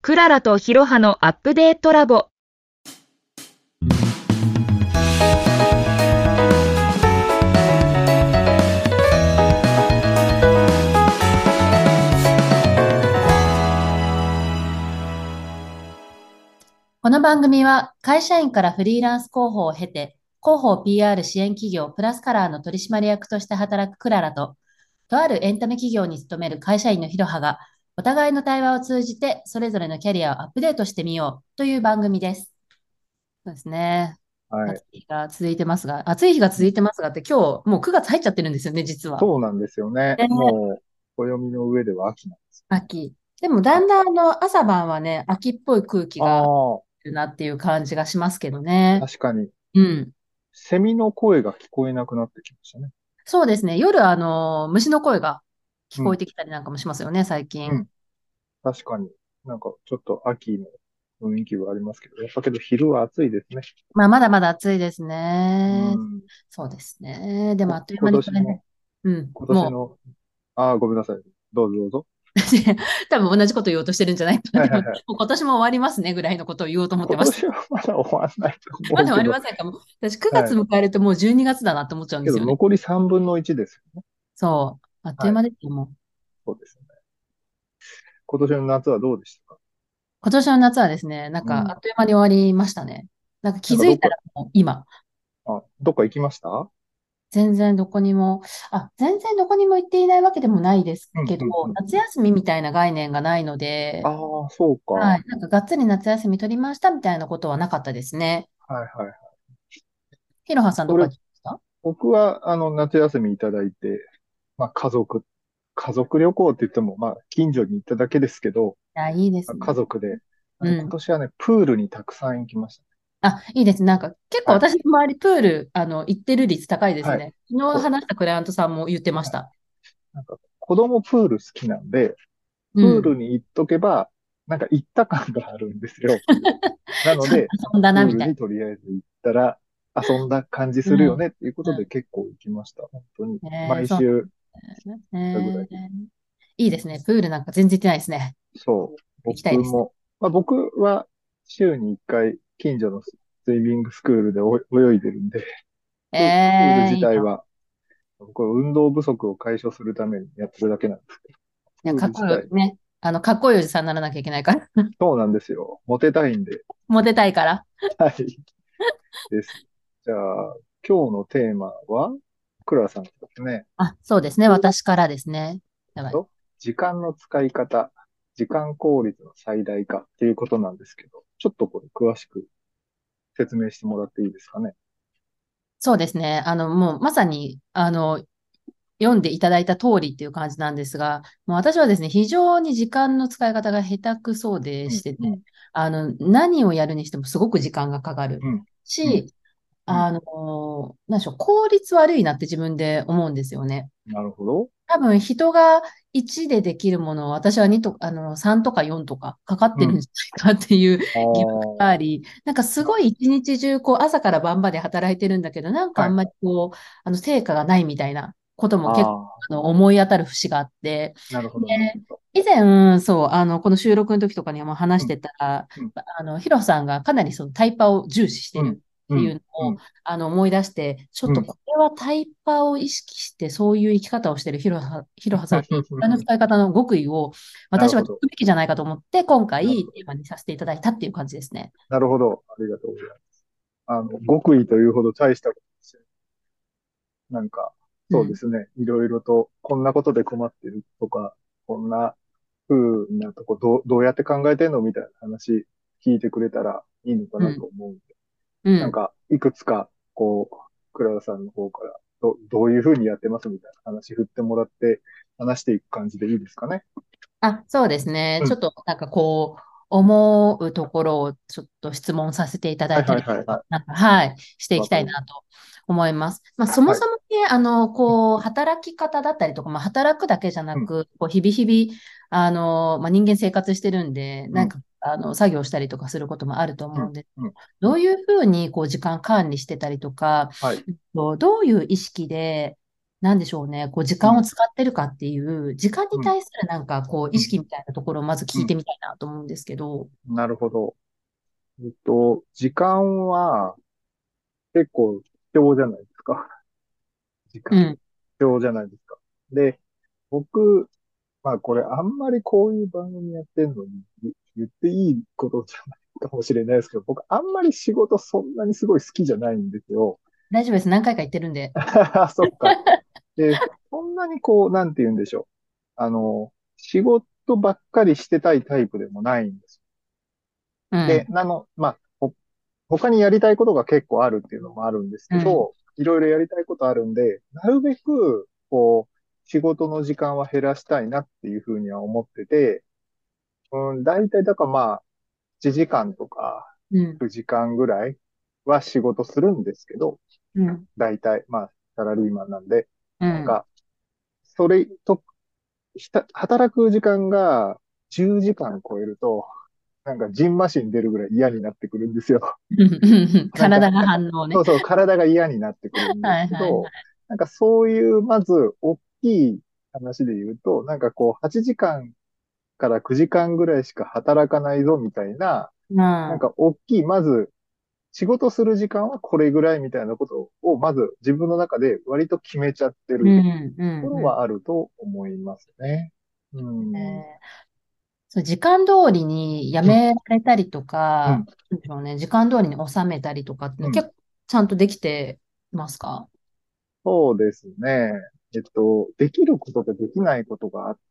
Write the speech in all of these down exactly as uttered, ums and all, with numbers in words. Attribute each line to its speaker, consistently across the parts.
Speaker 1: クララとヒロハのアップデートラボ。
Speaker 2: この番組は会社員からフリーランス広報を経て、広報 ピーアール 支援企業プラスカラーの取締役として働くクララと、とあるエンタメ企業に勤める会社員のヒロハが、お互いの対話を通じてそれぞれのキャリアをアップデートしてみようという番組です。そうですね。
Speaker 3: はい。
Speaker 2: 暑い日が続いてますが、暑い日が
Speaker 3: うん
Speaker 2: 続いてますがって今日もうくがつ入っちゃってるんですよね、実は。
Speaker 3: そうなんですよね。
Speaker 2: ね、
Speaker 3: もう、暦の上では秋なんです。
Speaker 2: 秋。でもだ
Speaker 3: はい。
Speaker 2: んだんあの朝晩はね、秋っぽい空気が
Speaker 3: ああ、
Speaker 2: 出るなっていう感じがしますけどね。
Speaker 3: 確かに、
Speaker 2: うん。
Speaker 3: セミの声が聞こえなくなってきましたね。
Speaker 2: そうですね。夜、あの、虫の声が聞
Speaker 3: うん、
Speaker 2: こえてきたりなんかもしますよね、最近。
Speaker 3: うん。確かに、なんか、ちょっと秋の雰囲気はありますけど、やっぱけど昼は暑いですね。
Speaker 2: まあ、まだまだ暑いです
Speaker 3: う
Speaker 2: ね。
Speaker 3: ん。
Speaker 2: そうですね。でも、あ
Speaker 3: こ、
Speaker 2: っという間
Speaker 3: 今
Speaker 2: にこれね。
Speaker 3: 年の、
Speaker 2: うん。も
Speaker 3: 今年の、ああ、ごめんなさい。どうぞどうぞ。
Speaker 2: う、多分同じこと言おうとしてるんじゃないかな。でも、も
Speaker 3: はいはいはい。
Speaker 2: う今年も終わりますねぐらいのことを言おうと思ってました。
Speaker 3: 今年はまだ終わんないと
Speaker 2: まだ終わ
Speaker 3: 思うけど、
Speaker 2: りませんか？もう、私9月
Speaker 3: はい。
Speaker 2: 迎えるともうじゅうにがつだなって思っちゃうんで
Speaker 3: けど
Speaker 2: すよね。
Speaker 3: 残りさんぶんのいちですよね。
Speaker 2: そう。あっとい
Speaker 3: はい。
Speaker 2: う間ですよ、もう。
Speaker 3: そうですね。今年の夏はどうでしたか？
Speaker 2: 今年の夏はですね、なんか、あ
Speaker 3: うん。
Speaker 2: っという間に終わりましたね。なんか気
Speaker 3: なんかどっか、
Speaker 2: づいたらもう今。
Speaker 3: あ、どっか行きました？
Speaker 2: 全然どこにも、あ、全然どこにも行っていないわけでもないです
Speaker 3: うん、
Speaker 2: けど、
Speaker 3: うん、うん。
Speaker 2: 夏休みみたいな概念がないので、
Speaker 3: ああ、そうか。は
Speaker 2: はい、なんかがっつり夏休み取りましたみたいなことはなかったですね。
Speaker 3: いはいはい。
Speaker 2: ひろはさんど
Speaker 3: それ、
Speaker 2: こか行きました？
Speaker 3: 僕は、あの、夏休みいただいて、まあ、家族、家族旅行って言っても、まあ、近所に行っただけですけど、
Speaker 2: いや、いいですね。
Speaker 3: 家族で、あの、今
Speaker 2: うん。
Speaker 3: 年はね、プールにたくさん行きまし
Speaker 2: あ、いいですね。なんか結構
Speaker 3: た。はい。
Speaker 2: 私の周りプール、あの、行ってる率高いです
Speaker 3: はい。
Speaker 2: ね。昨日
Speaker 3: そう。
Speaker 2: 話したクライアントさんも言ってまし
Speaker 3: はい。
Speaker 2: た。
Speaker 3: なんか、子供プール好きなんで、
Speaker 2: うん。
Speaker 3: プールに行っとけば、なんか行った感があるんですよ。なの
Speaker 2: ちょっと
Speaker 3: で、
Speaker 2: 遊んだな、みたい
Speaker 3: プールにとりあえず行ったら、遊んだ感じ
Speaker 2: な。うん。
Speaker 3: するよねっていうことで
Speaker 2: う
Speaker 3: 結構行きました。本当に。
Speaker 2: ん。えー、そう
Speaker 3: 毎週
Speaker 2: なんですね。
Speaker 3: ぐらい。
Speaker 2: いいですね。プールなんか全然行ってないですね。
Speaker 3: そう。
Speaker 2: 行きたいですね。
Speaker 3: 僕も、まあ、僕は週にいっかい近所のススイミングスクールでお泳いでるんで、プ、プール
Speaker 2: えー、
Speaker 3: 自
Speaker 2: いいな。
Speaker 3: 体は、僕は運動不足を解消するためにやってるだけなんですけど、
Speaker 2: いや、
Speaker 3: プー
Speaker 2: かっこよ、
Speaker 3: ル自体、
Speaker 2: ね。あの、かっこいいおじさんにならなきゃいけないから。
Speaker 3: そうなんですよ。モテたいんで。
Speaker 2: モテたいから。
Speaker 3: はい。です。じゃあ、今日のテーマは、クラさんですね。
Speaker 2: あ、そうですね。私からですね。やばい。
Speaker 3: と、時間の使い方、時間効率の最大化っていうことなんですけど、ちょっとこれ詳しく説明してもらっていいですかね。
Speaker 2: そうですね。あの、もうまさに、あの、読んでいただいた通りっていう感じなんですが、もう私はですね、非常に時間の使い方が下手くそで
Speaker 3: うん、
Speaker 2: してね、
Speaker 3: うん、
Speaker 2: あの、何をやるにしてもすごく時間がかかる
Speaker 3: うん、うん、
Speaker 2: し、
Speaker 3: うん。
Speaker 2: あの、なんでしょう、効率悪いなって自分で思うんですよね。
Speaker 3: なるほど。
Speaker 2: 多分人がいちでできるものを私はにと、あの、さんとかよんとかかかってるん
Speaker 3: うん。
Speaker 2: じゃないかっていう
Speaker 3: あ
Speaker 2: 疑惑があ
Speaker 3: あ、
Speaker 2: り、なんかす
Speaker 3: なるほど。
Speaker 2: ごい一日中こう朝から晩まで働いてるんだけど、なんか
Speaker 3: はい。
Speaker 2: あんまりこう、あの成果がないみたいなことも結構
Speaker 3: ああ、
Speaker 2: あの思い当たる節があって、
Speaker 3: なるほど、なる
Speaker 2: で、
Speaker 3: ほど。
Speaker 2: 以前、そう、あの、この収録の時とかにも話
Speaker 3: うん、
Speaker 2: してたら、
Speaker 3: うん、
Speaker 2: あの、ヒロさんがかなりそのタイパを重視して
Speaker 3: うん、
Speaker 2: るっていう
Speaker 3: うん、
Speaker 2: のを、
Speaker 3: うん、
Speaker 2: あの、思い出して、ちょっ
Speaker 3: うん。
Speaker 2: とこれはタイパを意識して、そういう生き方をしているヒロハ、ヒロハさんに、時間の使い方の極意を私は聞
Speaker 3: なるほど。
Speaker 2: くべきじゃないかと思って、今回
Speaker 3: なるほど。
Speaker 2: テーマにさせていただいたっていう感じですね。
Speaker 3: なるほど。ありがとうございます。あの、極意というほど大したことですよ。なんか、
Speaker 2: うん。
Speaker 3: そうですね。いろいろと、こんなことで困ってるとか、こんな風なとこ、どう、どうやって考えてんのみたいな話聞いてくれたらいいのかな
Speaker 2: うん。
Speaker 3: と思うんで。
Speaker 2: うん。
Speaker 3: なんか、いくつか、こう、クララさんの方から、ど、どういう風にやってますみたいな話振ってもらって、話していく感じでいいですかね。
Speaker 2: あ、そうですね。
Speaker 3: うん。
Speaker 2: ちょっとなんかこう、思うところをちょっと質問させていただ
Speaker 3: はい
Speaker 2: いたりとか、
Speaker 3: はいはいはい。
Speaker 2: なんか、はい、していき
Speaker 3: わかります。
Speaker 2: たいなと思います。まあ、そも
Speaker 3: はい。
Speaker 2: そもね、あの、こう、働き方だったりとか、まあ、働くだけじゃな
Speaker 3: うん。
Speaker 2: く、こう、日々日々、あの、まあ、人間生活してるんで、
Speaker 3: うん。
Speaker 2: なんか、あの、作業したりとかすることもあると
Speaker 3: うん。
Speaker 2: 思うんですけど、
Speaker 3: うん。うん。
Speaker 2: どういうふうに、こう、時間管理してたりとか、
Speaker 3: はい。
Speaker 2: どういう意識で、 なんでしょうね、こう時
Speaker 3: うん、
Speaker 2: 間を使ってるかっていう、時間に
Speaker 3: うん、
Speaker 2: 対するなんかこう意
Speaker 3: うん、
Speaker 2: 識みたいなところをまず聞い
Speaker 3: う
Speaker 2: てみたいなと思うんですけど。
Speaker 3: ん。なるほど。えっと、時間は結構貴重じゃないですか。時間。
Speaker 2: うん。
Speaker 3: 貴重じゃないですか。で、僕、まあこれあんまりこういう番組やってんのに言言っていいことじゃないかもしれないですけど、僕あんまり仕事そんなにすごい好きじゃないんですよ。
Speaker 2: 大丈夫です。何回か言ってるんで。
Speaker 3: そっか。で、そんなにこう、なんて言うんでしょう。あの、仕事ばっかりしてたいタイプでもないんですよ。で、
Speaker 2: うん。
Speaker 3: なの、まあ、ほ他にやりたいことが結構あるっていうのもあるんです
Speaker 2: うん。
Speaker 3: けど、いろいろやりたいことあるんで、なるべく、こう、仕事の時間は減らしたいなっていうふうには思ってて、うん、大体だからまあ、いちじかんとか
Speaker 2: うん。
Speaker 3: くじかんぐらいは仕事するんですけど、
Speaker 2: うん。
Speaker 3: 大体、まあ、サラリーマンなんで、
Speaker 2: うん。
Speaker 3: なんか、それと、ひた働く時間がじゅうじかん超えると、なんかジンマシン出るぐらい嫌になってくるんですよ。なんか、
Speaker 2: 体が反応ね。
Speaker 3: そうそう、体が嫌になってくるんです
Speaker 2: はいはいは
Speaker 3: けど、なんかそういう、まず、大きい話で言うと、なんかこう、はちじかんからくじかんぐらいしか働かないぞみたいな、
Speaker 2: い。うん。
Speaker 3: なんか大きい、まず、仕事する時間はこれぐらいみたいなことを、まず自分の中で割と決めちゃって
Speaker 2: う
Speaker 3: る
Speaker 2: ん。うん。
Speaker 3: ところ
Speaker 2: うん。
Speaker 3: はあると思いますね。う
Speaker 2: え
Speaker 3: ん。
Speaker 2: ーそう、時間通りにや
Speaker 3: うん。
Speaker 2: められたりとか、
Speaker 3: うん。
Speaker 2: なんでしょうね、時間通りに収めたりとかっていうのは
Speaker 3: うん。
Speaker 2: 結構ちゃんとできてますか？
Speaker 3: そうですね。えっと、できることとできないことがあって、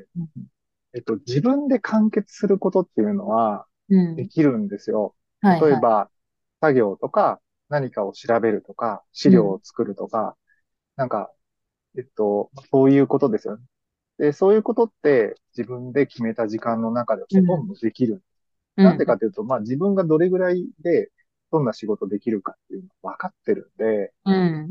Speaker 2: うん。
Speaker 3: えっと、自分で完結することっていうのは
Speaker 2: うん。
Speaker 3: できるんですよ。
Speaker 2: はいはい。
Speaker 3: 例えば、作業とか何かを調べるとか、資
Speaker 2: うん。
Speaker 3: 料を作るとか、なんか、えっと、そういうことですよね。で、そういうことって自分で決めた時間の中でほとん
Speaker 2: うん。
Speaker 3: どできる。
Speaker 2: うん。
Speaker 3: なんでかというと、まあ自分がどれぐらいでどんな仕事できるかっていうのが分かってるんで、
Speaker 2: うん。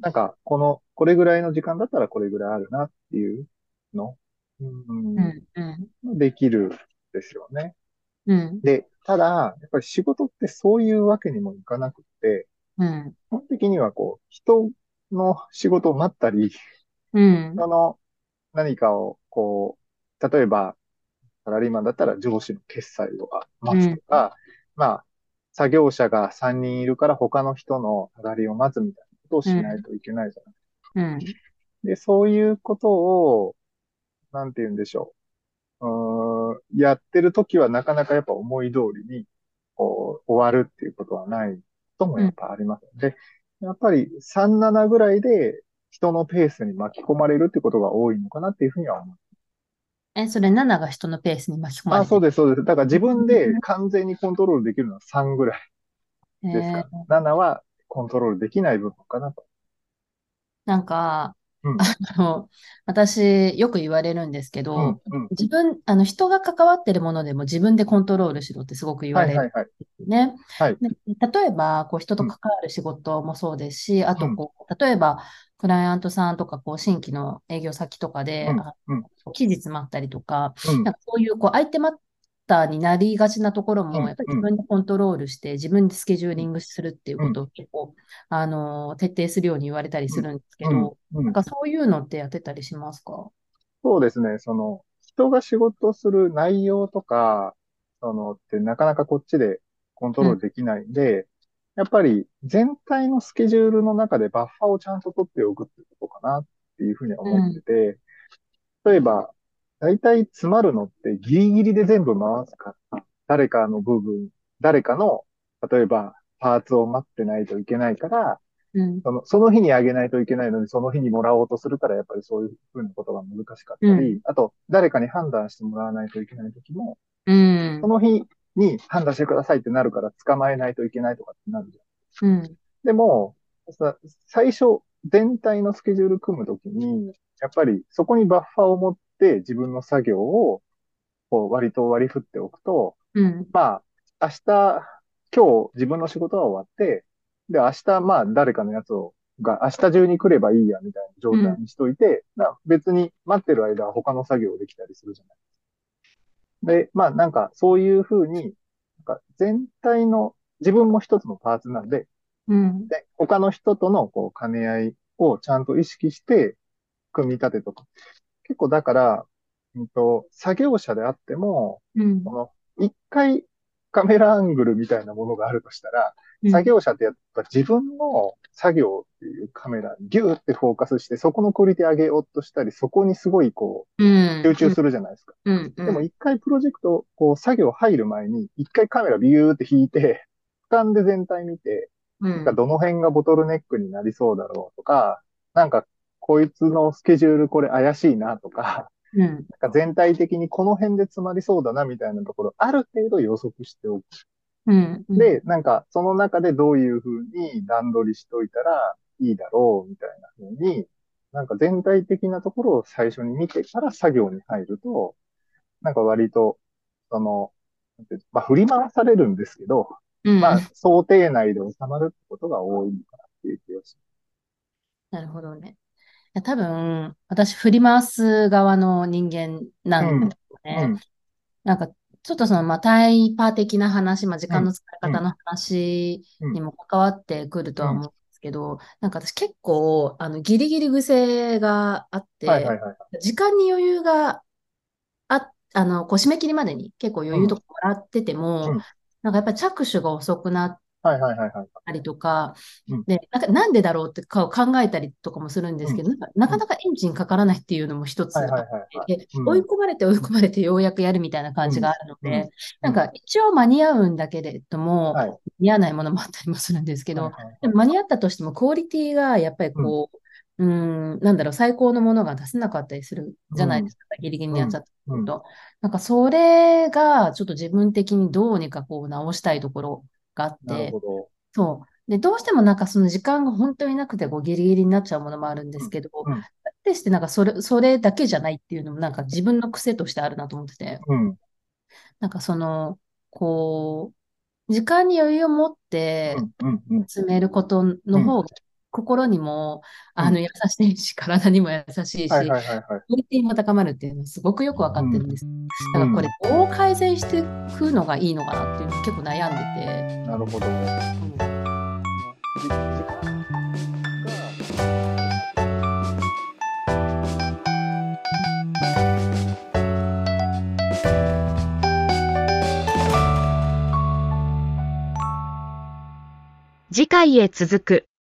Speaker 3: なんか、この、これぐらいの時間だったらこれぐらいあるなっていうの、う
Speaker 2: うん。うん。
Speaker 3: ん、できるんですよね。
Speaker 2: うん。
Speaker 3: で、ただ、やっぱり仕事ってそういうわけにもいかなくって、
Speaker 2: うん。
Speaker 3: 基本的にはこう、人の仕事を待ったり、
Speaker 2: うん。
Speaker 3: その何かをこう、例えば、サラリーマンだったら上司の決済を待つと
Speaker 2: うん。
Speaker 3: か、まあ、作業者がさんにんいるから他の人の上がりを待つみたいなことをしないといけないじゃない。
Speaker 2: うん。
Speaker 3: で、そういうことを、なんて言うんでしょう。うーん、やってる時はなかなかやっぱ思い通りに、こう、終わるっていうことはないことも
Speaker 2: うん。
Speaker 3: やっぱありますので、やっぱりさん、ななぐらいで人のペースに巻き込まれるってことが多いのかなっていうふうには思う。
Speaker 2: え、それななが人のペースに巻き込ま
Speaker 3: あ、
Speaker 2: れてる。
Speaker 3: そうです、そうです。だから自分で完全にコントロールできるのはさんぐらいですかね。
Speaker 2: えー
Speaker 3: ななはコントロールできない部分かなと。
Speaker 2: なんか、
Speaker 3: うん、
Speaker 2: あの、私、よく言われるんですけ
Speaker 3: うん、
Speaker 2: ど、
Speaker 3: うん、
Speaker 2: 自分、あの、人が関わってるものでも自分でコントロールしろってすごく言
Speaker 3: はい、
Speaker 2: われる
Speaker 3: はい、はい。
Speaker 2: んですね。
Speaker 3: はい。
Speaker 2: で、例えば、こう、人
Speaker 3: うん、
Speaker 2: と関わる仕事もそうですし、あと、
Speaker 3: うん、
Speaker 2: こう、例えば、クライアントさんとか、こう、新規の営業先とかで、
Speaker 3: うん、
Speaker 2: あ
Speaker 3: うん、
Speaker 2: 期日待ったりとか、
Speaker 3: うん、
Speaker 2: なんかそういう、こう、相手マッターになりがちなところも、やっ
Speaker 3: うん、
Speaker 2: ぱり
Speaker 3: うん、
Speaker 2: 自分でコントロールして、自分でスケジューリングするっていう
Speaker 3: うん、
Speaker 2: ことを結構、あの、徹底するように言われたりするんですけ
Speaker 3: うん、
Speaker 2: ど、
Speaker 3: うん。
Speaker 2: なんかそういうのってやってたりしますか？
Speaker 3: そうですね。その、人が仕事する内容とか、その、ってなかなかこっちでコント
Speaker 2: うん、
Speaker 3: ロールできないんで、やっぱり全体のスケジュールの中でバッファーをちゃんと取っておくってことかなっていうふうに思っ
Speaker 2: うん、
Speaker 3: てて、例えば、大体詰まるのってギリギリで全部回すから、誰かの部分、誰かの、例えば、パーツを待ってないといけないから、
Speaker 2: うん、
Speaker 3: その、その日にあげないといけないのに、その日にもらおうとするから、やっぱりそういうふうなことが難しかったり、
Speaker 2: うん、
Speaker 3: あと、誰かに判断してもらわないといけない時も、
Speaker 2: うん、
Speaker 3: その日に判断してくださいってなるから捕まえないといけないとかってなるじゃん。
Speaker 2: うん、
Speaker 3: でも、さ最初、全体のスケジュール組むときに、やっぱりそこにバッファーを持って自分の作業をこう割と割り振っておくと、
Speaker 2: うん、
Speaker 3: まあ、明日、今日自分の仕事は終わって、で、明日、まあ、誰かのやつを、が明日中に来ればいいや、みたいな状
Speaker 2: うん、
Speaker 3: 態にしといて、な別に待ってる間は他の作業できたりするじゃない。で、まあ、なんか、そういうふうに、なんか全体の、自分も一つのパーツなんで、
Speaker 2: うん、
Speaker 3: で、他の人との、こう、兼ね合いをちゃんと意識して、 組み立てとか。結構だから、うんと、作業者であっても、
Speaker 2: うん。
Speaker 3: この、一回カメラアングルみたいなものがあるとしたら、
Speaker 2: うん。
Speaker 3: 作業者ってやっぱ自分の作業っていうカメラにギューってフォーカスして、そこのクオリティ上げようとしたり、そこにすごいこ
Speaker 2: う
Speaker 3: う、
Speaker 2: ん。うん。
Speaker 3: 集中するじゃないですか。
Speaker 2: うん。う
Speaker 3: でも
Speaker 2: ん。
Speaker 3: 一回プロジェクト、こう、作業入る前に、一回カメラビューって引いて、俯瞰で全体見て、なんか
Speaker 2: うん。
Speaker 3: どの辺がボトルネックになりそうだろうとか、なんかこいつのスケジュールこれ怪しいなとか、
Speaker 2: うん。
Speaker 3: なんか全体的にこの辺で詰まりそうだなみたいなところ、ある程度予測しておく。
Speaker 2: うん。うん。
Speaker 3: で、なんかその中でどういうふうに段取りしといたらいいだろうみたいなふうに、なんか全体的なところを最初に見てから作業に入ると、なんか割と、その、なんていうまあ振り回されるんですけど、
Speaker 2: うん。
Speaker 3: まあ想定内で収まるってことが多いのかなっていう気がし
Speaker 2: なるほどね。いや多分、私、振り回す側の人間な
Speaker 3: ます。うん。
Speaker 2: んですよね。
Speaker 3: うん。
Speaker 2: なんか、ちょっとその、まあ、タイパ的な話、まあ、時
Speaker 3: うん。
Speaker 2: 間の使い
Speaker 3: うん。
Speaker 2: 方の話
Speaker 3: うん。
Speaker 2: にも関わってくると
Speaker 3: うん。
Speaker 2: は思うんですけど、なんか私結構、あの、ギリギリ癖があって、
Speaker 3: はいはいはい。
Speaker 2: 時間に余裕があ、あの、こう締め切りまでに結構余
Speaker 3: うん。
Speaker 2: 裕とかもらってても、
Speaker 3: うん。
Speaker 2: なんかやっぱり着手が遅くなっ
Speaker 3: はいはいはいはい。
Speaker 2: たりとか、
Speaker 3: うん。
Speaker 2: で、なんかなんでだろうってか考えたりとかもするんで
Speaker 3: うん。
Speaker 2: すけど、なんかな
Speaker 3: うん。
Speaker 2: かなかエンジンかからないっていうのも一
Speaker 3: はいはい
Speaker 2: つあっ
Speaker 3: はいはい。
Speaker 2: て、で、
Speaker 3: うん。
Speaker 2: 追い込まれて追い込まれてようやくやるみたいな感
Speaker 3: うん。
Speaker 2: じがあるの
Speaker 3: うん。
Speaker 2: で、なん
Speaker 3: うん。
Speaker 2: か一応間に合うんだけれども、
Speaker 3: はい。
Speaker 2: 間に合わないものもあったりもするんですけ
Speaker 3: はい
Speaker 2: ど、
Speaker 3: はいはい。
Speaker 2: でも間に合ったとしてもクオリティがやっぱり
Speaker 3: うん。
Speaker 2: こう、うーん、なんだろう、最高のものが出せなかったりするじ
Speaker 3: うん。
Speaker 2: ゃないですか、ギリギリに
Speaker 3: うん。
Speaker 2: やっちゃったりす
Speaker 3: うん。
Speaker 2: ると。なんかそれがちょっと自分的にどうにかこう直したいところがあっ
Speaker 3: なる
Speaker 2: て、
Speaker 3: ほど。
Speaker 2: そう。で、どうしてもなんかその時間が本当になくてこうギリギリになっちゃうものもあるんで
Speaker 3: うん。
Speaker 2: すけど、
Speaker 3: うん。
Speaker 2: でしてなんかそれ、それだけじゃないっていうのもなんか自分の癖としてあるなと思ってて、
Speaker 3: うん。
Speaker 2: なんかその、こう、時間に余裕を持って
Speaker 3: うん。うん。うん。
Speaker 2: 進めること
Speaker 3: うん。
Speaker 2: の方が心にも
Speaker 3: うん。
Speaker 2: あの優しいし、体にも優しいし、
Speaker 3: はいはいはいはい。
Speaker 2: クオリティも高まるっていうのはすごくよくわか
Speaker 3: うん。
Speaker 2: ってるんです。だ
Speaker 3: うん。
Speaker 2: からこれどう改善していくのがいいのかなっていうのを結構悩んでて、
Speaker 3: なるほど。
Speaker 2: うん。
Speaker 3: じ、時間が、
Speaker 1: 次回へ続く。